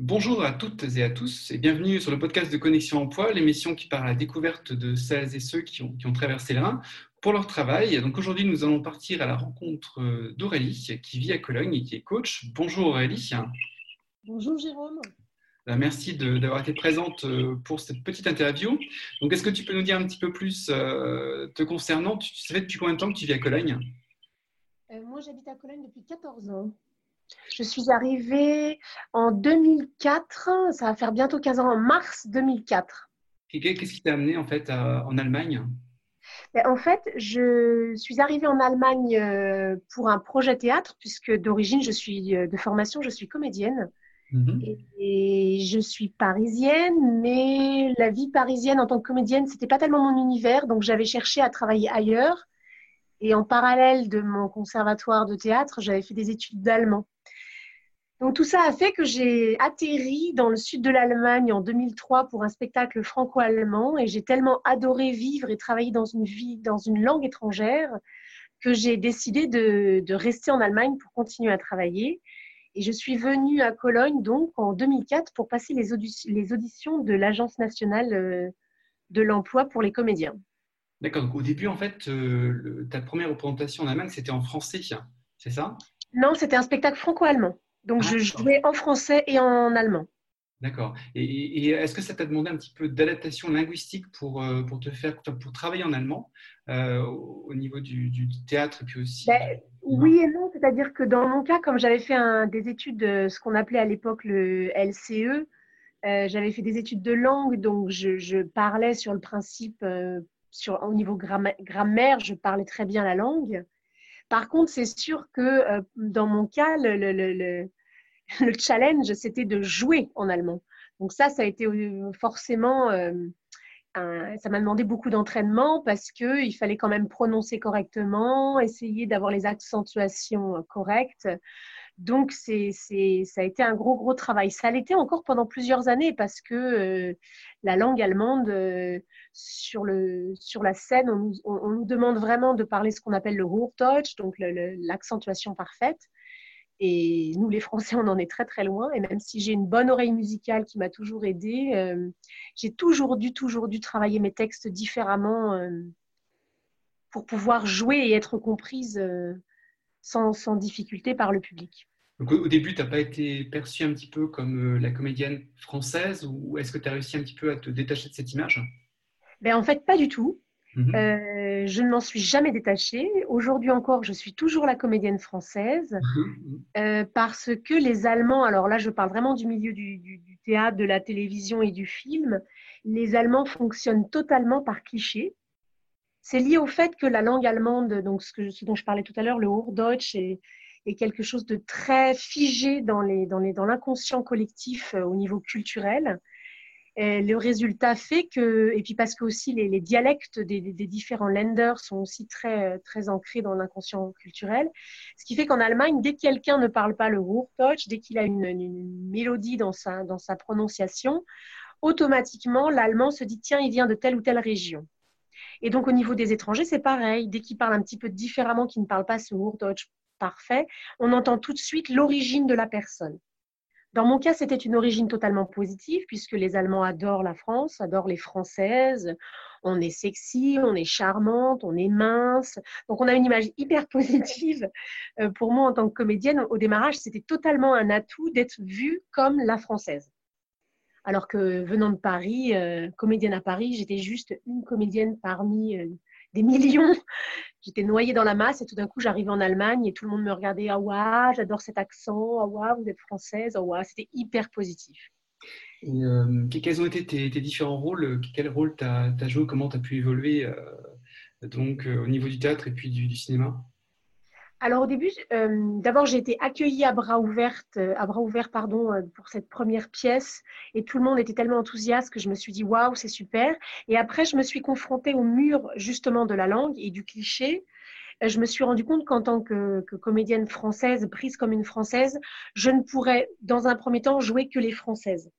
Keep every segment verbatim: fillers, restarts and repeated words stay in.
Bonjour à toutes et à tous et bienvenue sur le podcast de Connexion Emploi, l'émission qui part à la découverte de celles et ceux qui ont, qui ont traversé le Rhin pour leur travail. Donc aujourd'hui, nous allons partir à la rencontre d'Aurélie qui vit à Cologne et qui est coach. Bonjour Aurélie. Bonjour Jérôme. Merci de, d'avoir été présente pour cette petite interview. Donc est-ce que tu peux nous dire un petit peu plus euh, te concernant? Tu, tu savais depuis combien de temps que tu vis à Cologne? euh, Moi, j'habite à Cologne depuis quatorze ans. Je suis arrivée en deux mille quatre, ça va faire bientôt quinze ans, en mars deux mille quatre. Et qu'est-ce qui t'a amené en fait à, en Allemagne? Mais en fait, je suis arrivée en Allemagne euh, pour un projet théâtre, puisque d'origine, je suis euh, de formation, je suis comédienne. Mm-hmm. Et, et je suis parisienne, mais la vie parisienne en tant que comédienne, c'était pas tellement mon univers, donc j'avais cherché à travailler ailleurs. Et en parallèle de mon conservatoire de théâtre, j'avais fait des études d'allemand. Donc tout ça a fait que j'ai atterri dans le sud de l'Allemagne en deux mille trois pour un spectacle franco-allemand et j'ai tellement adoré vivre et travailler dans une vie, dans une langue étrangère que j'ai décidé de, de rester en Allemagne pour continuer à travailler. Et je suis venue à Cologne donc en deux mille quatre pour passer les, auditions, les auditions de l'Agence nationale de l'emploi pour les comédiens. D'accord, donc au début, en fait, euh, le- ta première représentation en Allemagne, c'était en français, c'est ça? Non, c'était un spectacle franco-allemand. Donc Ah, je d'accord. jouais en français et en allemand. D'accord. Et, et- et est-ce que ça t'a demandé un petit peu d'adaptation linguistique pour, euh, pour te faire, enfin, pour travailler en allemand euh, au au niveau du, du théâtre et puis aussi Ben, du cinéma? oui et non, c'est-à-dire que dans mon cas, comme j'avais fait un, des études, euh, ce qu'on appelait à l'époque le L C E, euh, j'avais fait des études de langue, donc je, je parlais sur le principe, euh, sur, au niveau gramma- grammaire, je parlais très bien la langue. Par contre, c'est sûr que euh, dans mon cas, le, le, le, le, le challenge, c'était de jouer en allemand. Donc ça, ça a été euh, forcément... euh, un- ça m'a demandé beaucoup d'entraînement parce qu'il fallait quand même prononcer correctement, essayer d'avoir les accentuations correctes. Donc, c'est, c'est, ça a été un gros, gros travail. Ça l'était encore pendant plusieurs années parce que euh, la langue allemande, euh, sur, le, sur la scène, on nous, on, on nous demande vraiment de parler ce qu'on appelle le Hochdeutsch, donc le, le, l'accentuation parfaite. Et nous, les Français, on en est très, très loin. Et même si j'ai une bonne oreille musicale qui m'a toujours aidée, euh, j'ai toujours dû, toujours dû travailler mes textes différemment euh, pour pouvoir jouer et être comprise euh, sans, sans difficulté par le public. Donc, au, au début, tu n'as pas été perçue un petit peu comme euh, la comédienne française ou est-ce que tu as réussi un petit peu à te détacher de cette image? Ben, en fait, pas du tout. Mhm. Euh, je ne m'en suis jamais détachée. Aujourd'hui encore, je suis toujours la comédienne française Mhm. euh, parce que les Allemands, alors là, je parle vraiment du milieu du, du, du théâtre, de la télévision et du film, les Allemands fonctionnent totalement par cliché. C'est lié au fait que la langue allemande, donc ce, que, ce dont je parlais tout à l'heure, le Hochdeutsch, est, est quelque chose de très figé dans, les, dans, les, dans l'inconscient collectif euh, au niveau culturel. Et le résultat fait que, et puis parce que aussi les, les dialectes des, des, différents lenders sont aussi très, très ancrés dans l'inconscient culturel, ce qui fait qu'en Allemagne, dès que quelqu'un ne parle pas le Hochdeutsch, dès qu'il a une, une, une mélodie dans sa, dans sa prononciation, automatiquement, l'allemand se dit, tiens, il vient de telle ou telle région. Et donc, au niveau des étrangers, c'est pareil. Dès qu'ils parlent un petit peu différemment, qu'ils ne parlent pas ce Hochdeutsch parfait, on entend tout de suite l'origine de la personne. Dans mon cas, c'était une origine totalement positive, puisque les Allemands adorent la France, adorent les Françaises. On est sexy, on est charmante, on est mince. Donc, on a une image hyper positive. Pour moi, en tant que comédienne, au démarrage, c'était totalement un atout d'être vue comme la Française. Alors que venant de Paris, euh, comédienne à Paris, j'étais juste une comédienne parmi euh, des millions. J'étais noyée dans la masse et tout d'un coup, j'arrivais en Allemagne et tout le monde me regardait. Ah, waouh, j'adore cet accent. Ah, waouh, vous êtes française. Ah, waouh, c'était hyper positif. Et, euh, quels ont été tes, tes différents rôles? Quel rôle tu as joué? Comment tu as pu évoluer euh, donc, euh, au niveau du théâtre et puis du, du cinéma? Alors au début, euh, d'abord j'ai été accueillie à bras ouverts, euh, à bras ouverts pardon, euh, pour cette première pièce et tout le monde était tellement enthousiaste que je me suis dit waouh, c'est super. Et après, je me suis confrontée au mur justement de la langue et du cliché. Euh, Je me suis rendu compte qu'en tant que, que comédienne française, prise comme une française, je ne pourrais dans un premier temps jouer que les françaises.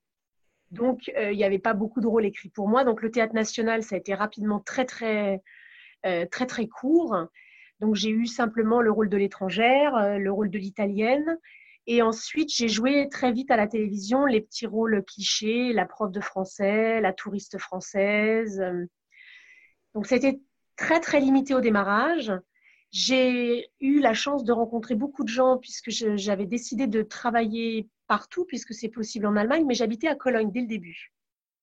Donc euh, il n'y avait pas beaucoup de rôles écrits pour moi. Donc le théâtre national, ça a été rapidement très très euh, très très court. Donc j'ai eu simplement le rôle de l'étrangère, euh, le rôle de l'italienne. Et ensuite, j'ai joué très vite à la télévision les petits rôles clichés, la prof de français, la touriste française. Donc, c'était très, très limité au démarrage. J'ai eu la chance de rencontrer beaucoup de gens puisque je, j'avais décidé de travailler partout, puisque c'est possible en Allemagne, mais j'habitais à Cologne dès le début.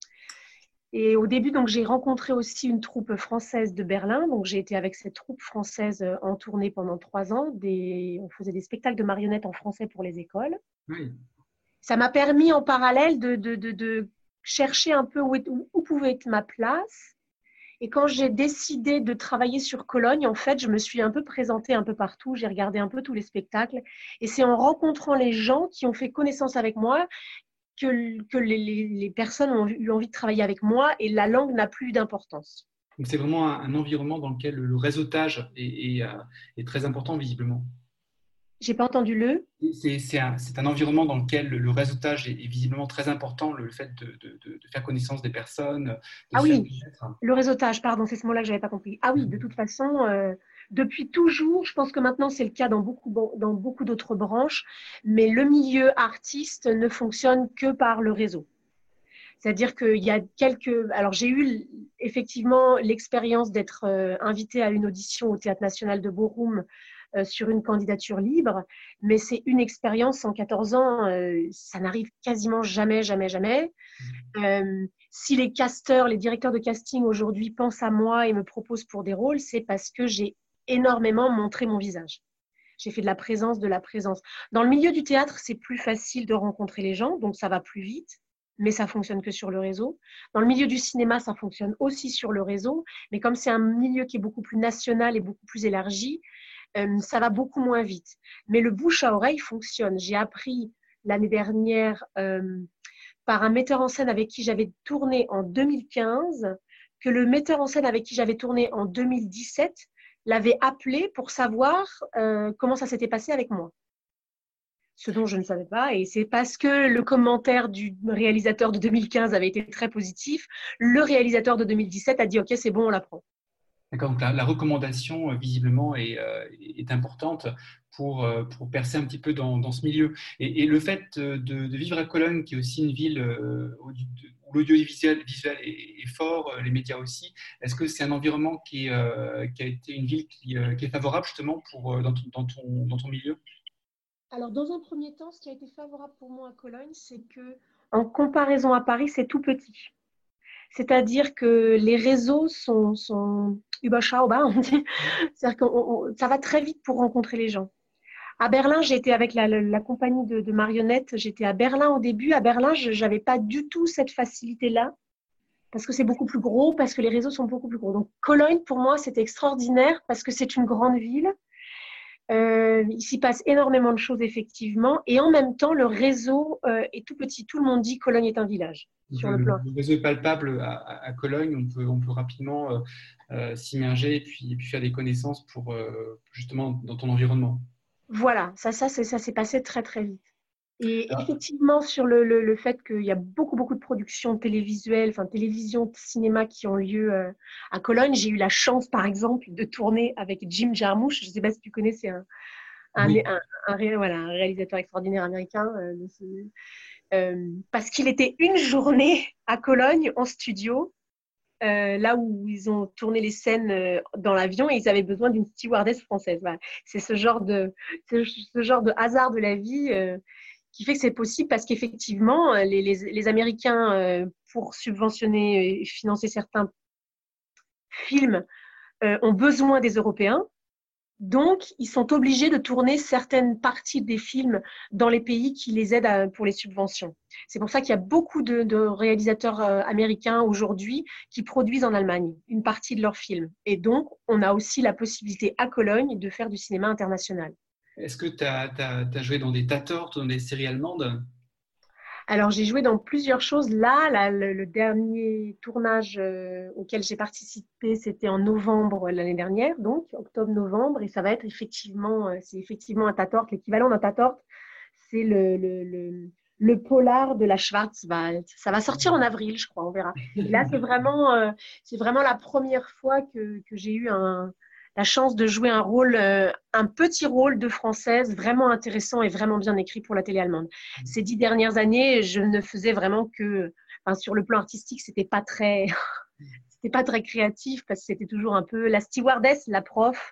Et au début, donc, j'ai rencontré aussi une troupe française de Berlin. Donc, j'ai été avec cette troupe française en tournée pendant trois ans. Des, on faisait des spectacles de marionnettes en français pour les écoles. Oui. Ça m'a permis en parallèle de, de, de, de chercher un peu où, est, où, où pouvait être ma place. Et quand j'ai décidé de travailler sur Cologne, en fait, je me suis un peu présentée un peu partout. J'ai regardé un peu tous les spectacles. Et c'est en rencontrant les gens qui ont fait connaissance avec moi que, que les, les, les personnes ont eu envie de travailler avec moi et la langue n'a plus d'importance. Donc, c'est vraiment un, un environnement dans lequel le réseautage est, est, euh, est très important, visiblement. J'ai pas entendu le. C'est, c'est, un, c'est un environnement dans lequel le réseautage est, est visiblement très important, le, le fait de, de, de, faire connaissance des personnes, de Ah se faire oui, connaître. le réseautage, pardon, c'est ce mot-là que j'avais pas compris. Ah oui, de toute façon, euh, depuis toujours, je pense que maintenant c'est le cas dans beaucoup, dans beaucoup d'autres branches, mais le milieu artiste ne fonctionne que par le réseau. C'est-à-dire qu'il y a quelques… Alors, j'ai eu effectivement l'expérience d'être euh, invitée à une audition au Théâtre national de Bochum euh, sur une candidature libre, mais c'est une expérience en quatorze ans, euh, ça n'arrive quasiment jamais, jamais, jamais. Euh, si les casteurs, les directeurs de casting aujourd'hui pensent à moi et me proposent pour des rôles, c'est parce que j'ai énormément montré mon visage. J'ai fait de la présence, de la présence. Dans le milieu du théâtre, c'est plus facile de rencontrer les gens, donc ça va plus vite, mais ça fonctionne que sur le réseau. Dans le milieu du cinéma, ça fonctionne aussi sur le réseau, mais comme c'est un milieu qui est beaucoup plus national et beaucoup plus élargi, euh, ça va beaucoup moins vite. Mais le bouche à oreille fonctionne. J'ai appris l'année dernière euh, par un metteur en scène avec qui j'avais tourné en deux mille quinze que le metteur en scène avec qui j'avais tourné en deux mille dix-sept l'avait appelé pour savoir euh, comment ça s'était passé avec moi. Ce dont je ne savais pas, et c'est parce que le commentaire du réalisateur de deux mille quinze avait été très positif, le réalisateur de deux mille dix-sept a dit « Ok, c'est bon, on la prend ». D'accord, donc la, la recommandation, euh, visiblement, est, euh, est importante pour, euh, pour percer un petit peu dans, dans ce milieu. Et, et le fait de, de vivre à Cologne, qui est aussi une ville euh, où l'audiovisuel visuel est, est fort, les médias aussi, est-ce que c'est un environnement qui, est, euh, qui a été une ville qui, euh, qui est favorable justement pour, euh, dans, ton, dans, ton, dans ton milieu? Alors, dans un premier temps, ce qui a été favorable pour moi à Cologne, c'est que, en comparaison à Paris, c'est tout petit. C'est-à-dire que les réseaux sont, sont überschaubar, on dit. C'est-à-dire que ça va très vite pour rencontrer les gens. À Berlin, j'ai été avec la, la, la compagnie de, de marionnettes. J'étais à Berlin au début. À Berlin, je n'avais pas du tout cette facilité-là parce que c'est beaucoup plus gros, parce que les réseaux sont beaucoup plus gros. Donc, Cologne, pour moi, c'était extraordinaire parce que c'est une grande ville. Euh, il s'y passe énormément de choses, effectivement. Et en même temps, le réseau euh, est tout petit. Tout le monde dit que Cologne est un village. Sur le, le, plan. le réseau est palpable à, à Cologne. On peut, on peut rapidement euh, euh, s'immerger et puis, et puis faire des connaissances pour, euh, justement dans ton environnement. Voilà, ça, ça, ça s'est passé très, très vite. Et effectivement, sur le, le, le fait qu'il y a beaucoup, beaucoup de productions télévisuelles, enfin télévision, cinéma qui ont lieu euh, à Cologne, j'ai eu la chance, par exemple, de tourner avec Jim Jarmusch. Je ne sais pas si tu connais, c'est un, un, Oui. un, un, un, voilà, un réalisateur extraordinaire américain. Euh, euh, parce qu'il était une journée à Cologne en studio, euh, là où ils ont tourné les scènes euh, dans l'avion et ils avaient besoin d'une stewardess française. Voilà. C'est ce genre de, ce, ce genre de hasard de la vie. Euh, qui fait que c'est possible parce qu'effectivement, les, les, les Américains, euh, pour subventionner et financer certains films, euh, ont besoin des Européens. Donc, ils sont obligés de tourner certaines parties des films dans les pays qui les aident à, pour les subventions. C'est pour ça qu'il y a beaucoup de, de réalisateurs euh, américains aujourd'hui qui produisent en Allemagne une partie de leurs films. Et donc, on a aussi la possibilité à Cologne de faire du cinéma international. Est-ce que tu as, as, as joué dans des Tatort, dans des séries allemandes? Alors, j'ai joué dans plusieurs choses. Là, là le, le dernier tournage euh, auquel j'ai participé, c'était en novembre l'année dernière, donc octobre-novembre, et ça va être effectivement, euh, c'est effectivement un Tatort. L'équivalent d'un Tatort, c'est le, le, le, le polar de la Schwarzwald. Ça va sortir en avril, je crois, on verra. Et là, c'est vraiment, euh, c'est vraiment la première fois que, que j'ai eu un, la chance de jouer un rôle, euh, un petit rôle de française vraiment intéressant et vraiment bien écrit pour la télé allemande. Ces dix dernières années, je ne faisais vraiment que, enfin, sur le plan artistique, c'était pas très, c'était pas très créatif parce que c'était toujours un peu la stewardess, la prof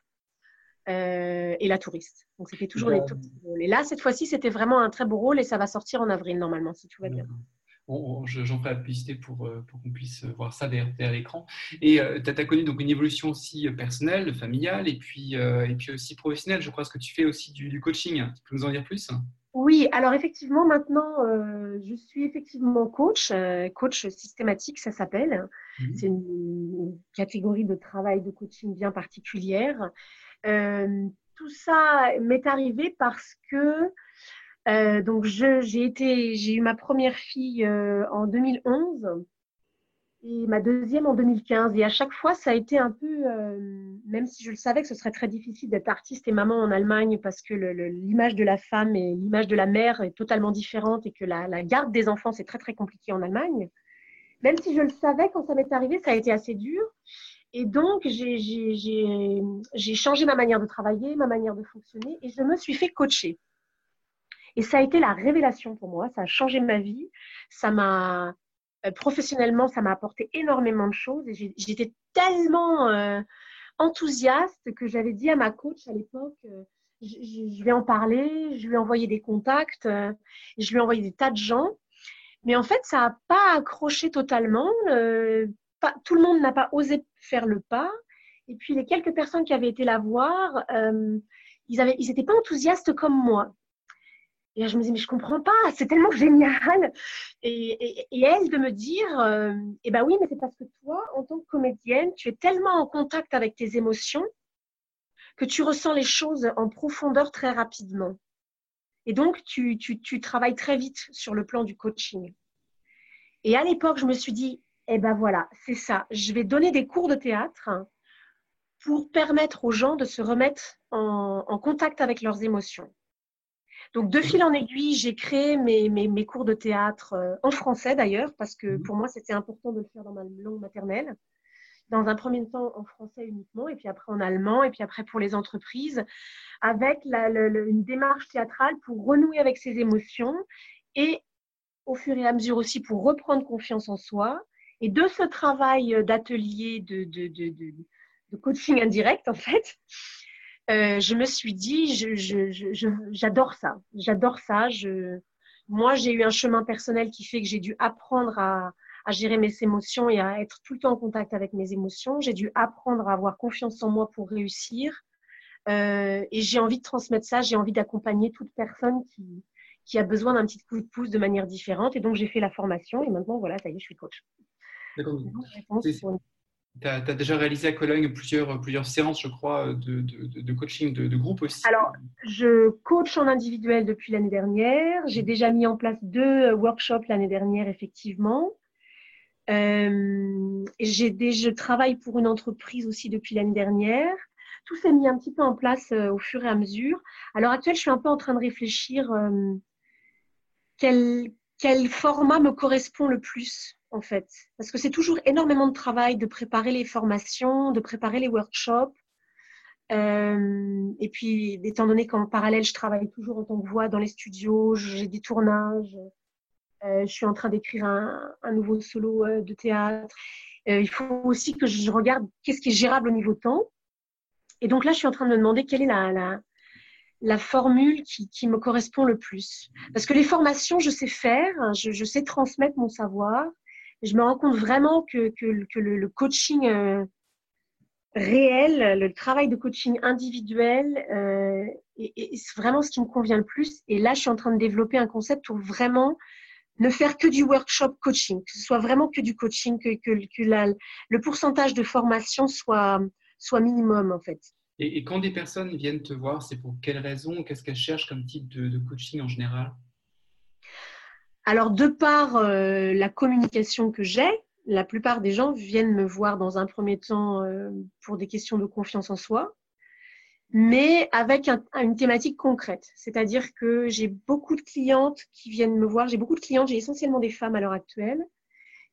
euh, et la touriste. Donc c'était toujours les tout petits rôles. Et là, cette fois-ci, c'était vraiment un très beau rôle et ça va sortir en avril normalement si tout va bien. On, on, j'en ferai la publicité pour, pour qu'on puisse voir ça derrière, derrière l'écran. Et euh, tu as connu donc une évolution aussi personnelle, familiale, et puis, euh, et puis aussi professionnelle. Je crois ce que tu fais aussi du, du coaching. Tu peux nous en dire plus? Oui, alors effectivement, maintenant, euh, je suis effectivement coach, euh, coach systématique, ça s'appelle. Mmh. C'est une, une catégorie de travail de coaching bien particulière. Euh, tout ça m'est arrivé parce que Euh, donc, je, j'ai été, j'ai eu ma première fille euh, en deux mille onze et ma deuxième en deux mille quinze. Et à chaque fois, ça a été un peu, euh, même si je le savais que ce serait très difficile d'être artiste et maman en Allemagne parce que le, le, l'image de la femme et l'image de la mère est totalement différente et que la, la garde des enfants, c'est très, très compliqué en Allemagne. Même si je le savais quand ça m'est arrivé, ça a été assez dur. Et donc, j'ai, j'ai, j'ai, j'ai changé ma manière de travailler, ma manière de fonctionner et je me suis fait coacher. Et ça a été la révélation pour moi, ça a changé ma vie, ça m'a, euh, professionnellement, ça m'a apporté énormément de choses et j'ai, j'étais tellement euh, enthousiaste que j'avais dit à ma coach à l'époque, euh, je, je vais en parler, je lui ai envoyé des contacts, euh, je lui ai envoyé des tas de gens, mais en fait, ça n'a pas accroché totalement, euh, pas, tout le monde n'a pas osé faire le pas, et puis les quelques personnes qui avaient été la voir, euh, ils n'étaient ils pas enthousiastes comme moi. Et là, je me dis, mais je comprends pas, c'est tellement génial. Et, et, et elle de me dire, euh, eh ben oui, mais c'est parce que toi, en tant que comédienne, tu es tellement en contact avec tes émotions que tu ressens les choses en profondeur très rapidement. Et donc, tu, tu, tu travailles très vite sur le plan du coaching. Et à l'époque, je me suis dit, eh ben voilà, c'est ça. Je vais donner des cours de théâtre pour permettre aux gens de se remettre en, en contact avec leurs émotions. Donc, de fil en aiguille, j'ai créé mes, mes, mes cours de théâtre euh, en français d'ailleurs, parce que pour moi, c'était important de le faire dans ma langue maternelle. Dans un premier temps, en français uniquement, et puis après en allemand, et puis après pour les entreprises, avec la, la, la, une démarche théâtrale pour renouer avec ses émotions et au fur et à mesure aussi pour reprendre confiance en soi. Et de ce travail d'atelier de, de, de, de, de coaching indirect, en fait, Euh, je me suis dit, je, je, je, j'adore ça, j'adore ça. Je, moi, j'ai eu un chemin personnel qui fait que j'ai dû apprendre à, à gérer mes émotions et à être tout le temps en contact avec mes émotions. J'ai dû apprendre à avoir confiance en moi pour réussir. Euh, et j'ai envie de transmettre ça, j'ai envie d'accompagner toute personne qui, qui a besoin d'un petit coup de pouce de manière différente. Et donc, j'ai fait la formation et maintenant, voilà, ça y est, je suis coach. D'accord. Tu as déjà réalisé à Cologne plusieurs, plusieurs séances, je crois, de, de, de coaching, de, de groupe aussi. Alors, je coach en individuel depuis l'année dernière. J'ai déjà mis en place deux workshops l'année dernière, effectivement. Euh, j'ai des, je travaille pour une entreprise aussi depuis l'année dernière. Tout s'est mis un petit peu en place euh, au fur et à mesure. À l'heure actuelle, je suis un peu en train de réfléchir euh, quel, quel format me correspond le plus, en fait. Parce que c'est toujours énormément de travail de préparer les formations, de préparer les workshops. Euh, et puis, étant donné qu'en parallèle, je travaille toujours en tant que voix dans les studios, j'ai des tournages, euh, je suis en train d'écrire un, un nouveau solo euh, de théâtre. Euh, il faut aussi que je regarde qu'est-ce qui est gérable au niveau temps. Et donc là, je suis en train de me demander quelle est la, la, la formule qui, qui me correspond le plus. Parce que les formations, je sais faire, je, je sais transmettre mon savoir. Je me rends compte vraiment que, que, que le, le coaching... Euh, réel, le travail de coaching individuel euh, est, est vraiment ce qui me convient le plus. Et là, je suis en train de développer un concept pour vraiment ne faire que du workshop coaching, que ce soit vraiment que du coaching, que, que, que la, le pourcentage de formation soit, soit minimum en fait. Et, et quand des personnes viennent te voir, c'est pour quelles raisons? Qu'est-ce qu'elles cherchent comme type de, de coaching en général? Alors, de par euh, la communication que j'ai, la plupart des gens viennent me voir dans un premier temps euh, pour des questions de confiance en soi, mais avec un, une thématique concrète. C'est-à-dire que j'ai beaucoup de clientes qui viennent me voir. J'ai beaucoup de clientes, j'ai essentiellement des femmes à l'heure actuelle,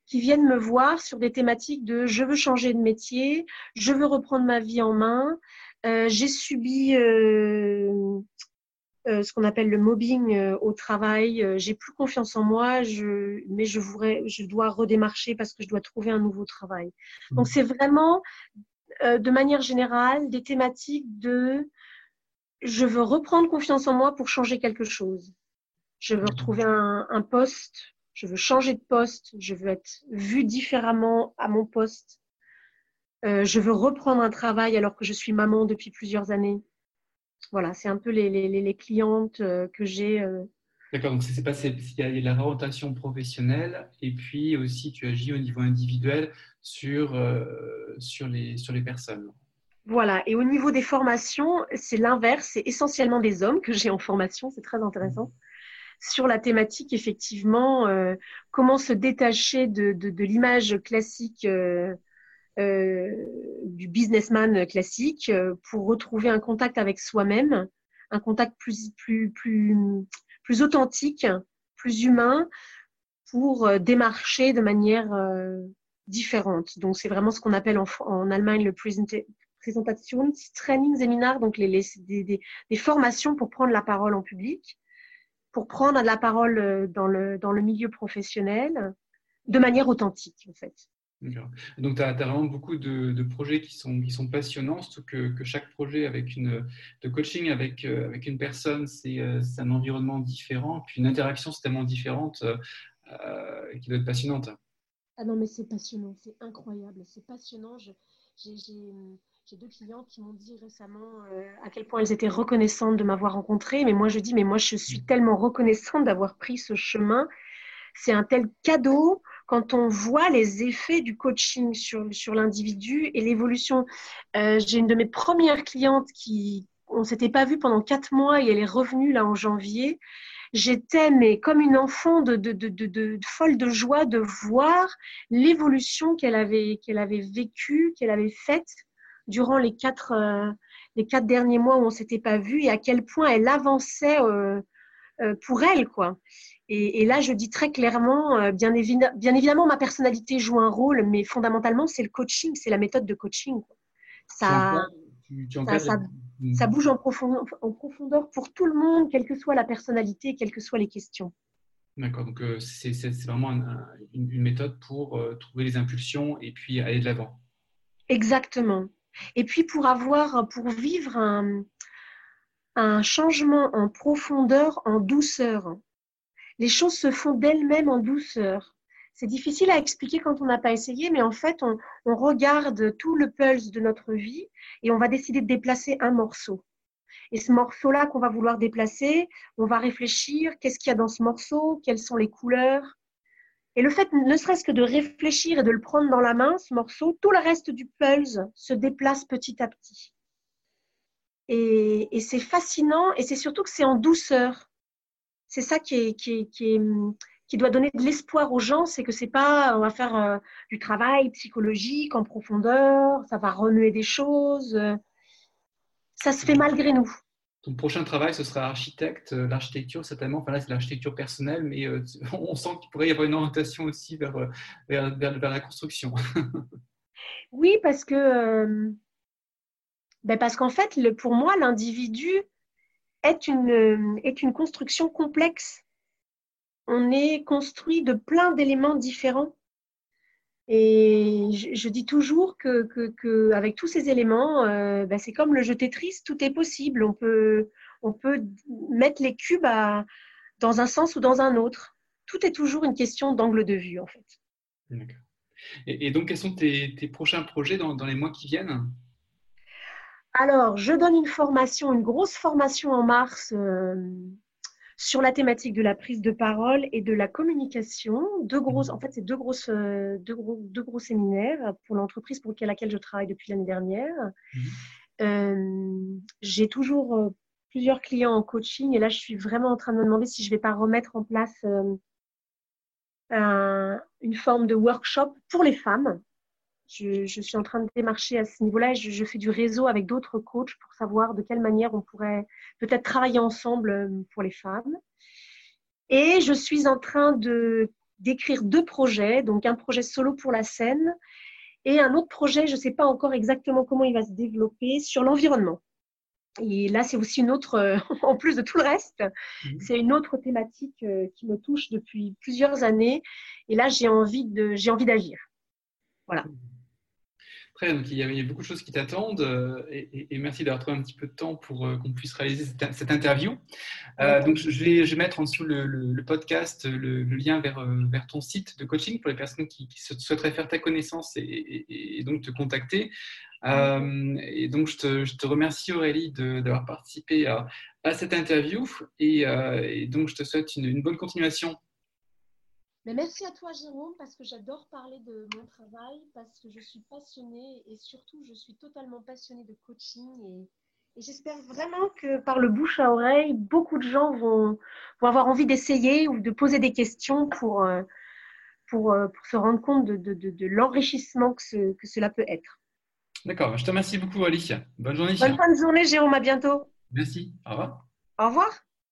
qui viennent me voir sur des thématiques de je veux changer de métier, je veux reprendre ma vie en main, euh, j'ai subi euh, euh, ce qu'on appelle le mobbing euh, au travail, euh, j'ai plus confiance en moi, je, mais je, voudrais, je dois redémarcher parce que je dois trouver un nouveau travail. Donc c'est vraiment, euh, de manière générale, des thématiques de je veux reprendre confiance en moi pour changer quelque chose. Je veux retrouver un, un poste, je veux changer de poste, je veux être vue différemment à mon poste. Euh, je veux reprendre un travail alors que je suis maman depuis plusieurs années. Voilà, c'est un peu les, les, les clientes euh, que j'ai. Euh... D'accord, donc c'est pas, c'est, il y a la réorientation professionnelle et puis aussi tu agis au niveau individuel sur, euh, sur, les, sur les personnes. Voilà, et au niveau des formations, c'est l'inverse, c'est essentiellement des hommes que j'ai en formation, c'est très intéressant. Mmh. Sur la thématique, effectivement, euh, comment se détacher de, de, de l'image classique euh, euh, du businessman classique euh, pour retrouver un contact avec soi-même, un contact plus, plus, plus, plus authentique, plus humain, pour euh, démarcher de manière euh, différente. Donc, c'est vraiment ce qu'on appelle en, en Allemagne le Präsentation, Training, Seminar, donc les, les, des, des, des formations pour prendre la parole en public, pour prendre la parole dans le, dans le milieu professionnel de manière authentique, en fait. D'accord. Donc, tu as, as vraiment beaucoup de, de projets qui sont, qui sont passionnants, surtout que, que chaque projet avec une, de coaching avec, euh, avec une personne, c'est euh, un environnement différent, puis une interaction c'est tellement différente euh, qui doit être passionnante. Ah non, mais c'est passionnant, c'est incroyable, c'est passionnant. J'ai deux clientes qui m'ont dit récemment euh, à quel point elles étaient reconnaissantes de m'avoir rencontrée, mais moi je dis, mais moi je suis tellement reconnaissante d'avoir pris ce chemin. C'est un tel cadeau quand on voit les effets du coaching sur, sur l'individu et l'évolution. Euh, j'ai une de mes premières clientes qui, on ne s'était pas vu pendant quatre mois et elle est revenue là en janvier. J'étais mais comme une enfant de, de, de, de, de folle de joie de voir l'évolution qu'elle avait, qu'elle avait vécue, qu'elle avait faite durant les quatre, euh, les quatre derniers mois où on ne s'était pas vu et à quel point elle avançait euh, euh, pour elle, quoi. Et, et là, je dis très clairement, euh, bien, évi bien évidemment, ma personnalité joue un rôle, mais fondamentalement, c'est le coaching, c'est la méthode de coaching, quoi. Ça, tu, tu ça, ça, ça bouge en profondeur, en profondeur pour tout le monde, quelle que soit la personnalité, quelles que soient les questions. D'accord, donc euh, c'est vraiment un, un, une, une méthode pour euh, trouver les impulsions et puis aller de l'avant. Exactement. Et puis pour avoir, pour vivre un, un changement en profondeur, en douceur. Les choses se font d'elles-mêmes en douceur. C'est difficile à expliquer quand on n'a pas essayé, mais en fait, on, on regarde tout le pulse de notre vie et on va décider de déplacer un morceau. Et ce morceau-là qu'on va vouloir déplacer, on va réfléchir, qu'est-ce qu'il y a dans ce morceau, quelles sont les couleurs. Et le fait, ne serait-ce que de réfléchir et de le prendre dans la main, ce morceau, tout le reste du pulse se déplace petit à petit. Et, et c'est fascinant, et c'est surtout que c'est en douceur. C'est ça qui, est, qui, est, qui, est, qui doit donner de l'espoir aux gens, c'est que c'est pas, on va faire euh, du travail psychologique en profondeur, ça va remuer des choses. Euh, ça se fait malgré nous. Ton prochain travail, ce sera architecte, euh, l'architecture certainement. Enfin là, c'est l'architecture personnelle, mais euh, on sent qu'il pourrait y avoir une orientation aussi vers, vers, vers, vers la construction. Oui, parce que, euh, ben parce qu'en fait, le, pour moi, l'individu est une, est une construction complexe. On est construit de plein d'éléments différents. Et je, je dis toujours que, que, que avec tous ces éléments, euh, ben c'est comme le jeu Tetris, tout est possible. On peut, on peut mettre les cubes à, dans un sens ou dans un autre. Tout est toujours une question d'angle de vue, en fait. D'accord. Et, et donc, quels sont tes, tes prochains projets dans, dans les mois qui viennent? Alors, je donne une formation, une grosse formation en mars euh, sur la thématique de la prise de parole et de la communication. Deux grosses, en fait, c'est deux, grosses, deux, gros, deux gros séminaires pour l'entreprise pour laquelle je travaille depuis l'année dernière. Mmh. Euh, j'ai toujours euh, plusieurs clients en coaching et là, je suis vraiment en train de me demander si je ne vais pas remettre en place euh, un, une forme de workshop pour les femmes. Je, je suis en train de démarcher à ce niveau-là et je, je fais du réseau avec d'autres coachs pour savoir de quelle manière on pourrait peut-être travailler ensemble pour les femmes. Et je suis en train de, d'écrire deux projets, donc un projet solo pour la scène et un autre projet, je ne sais pas encore exactement comment il va se développer, sur l'environnement. Et là, c'est aussi une autre, euh, en plus de tout le reste, mmh. c'est une autre thématique euh, qui me touche depuis plusieurs années. Et là, j'ai envie de, j'ai envie d'agir. Voilà. Après, donc il y a, il y a beaucoup de choses qui t'attendent euh, et, et merci d'avoir trouvé un petit peu de temps pour euh, qu'on puisse réaliser cette, cette interview. Euh, donc, je vais, je vais mettre en dessous le, le, le podcast, le, le lien vers, vers ton site de coaching pour les personnes qui, qui souhaiteraient faire ta connaissance et, et, et donc te contacter. Euh, et donc, je te, je te remercie Aurélie de, d'avoir participé à, à cette interview et, euh, et donc je te souhaite une, une bonne continuation. Mais merci à toi Jérôme, parce que j'adore parler de mon travail, parce que je suis passionnée et surtout je suis totalement passionnée de coaching et, et j'espère vraiment que par le bouche à oreille, beaucoup de gens vont, vont avoir envie d'essayer ou de poser des questions pour, pour, pour se rendre compte de, de, de, de l'enrichissement que, ce, que cela peut être. D'accord, je te remercie beaucoup Aurélie. Bonne journée. Bonne fin de journée Jérôme, à bientôt. Merci, au revoir. Au revoir.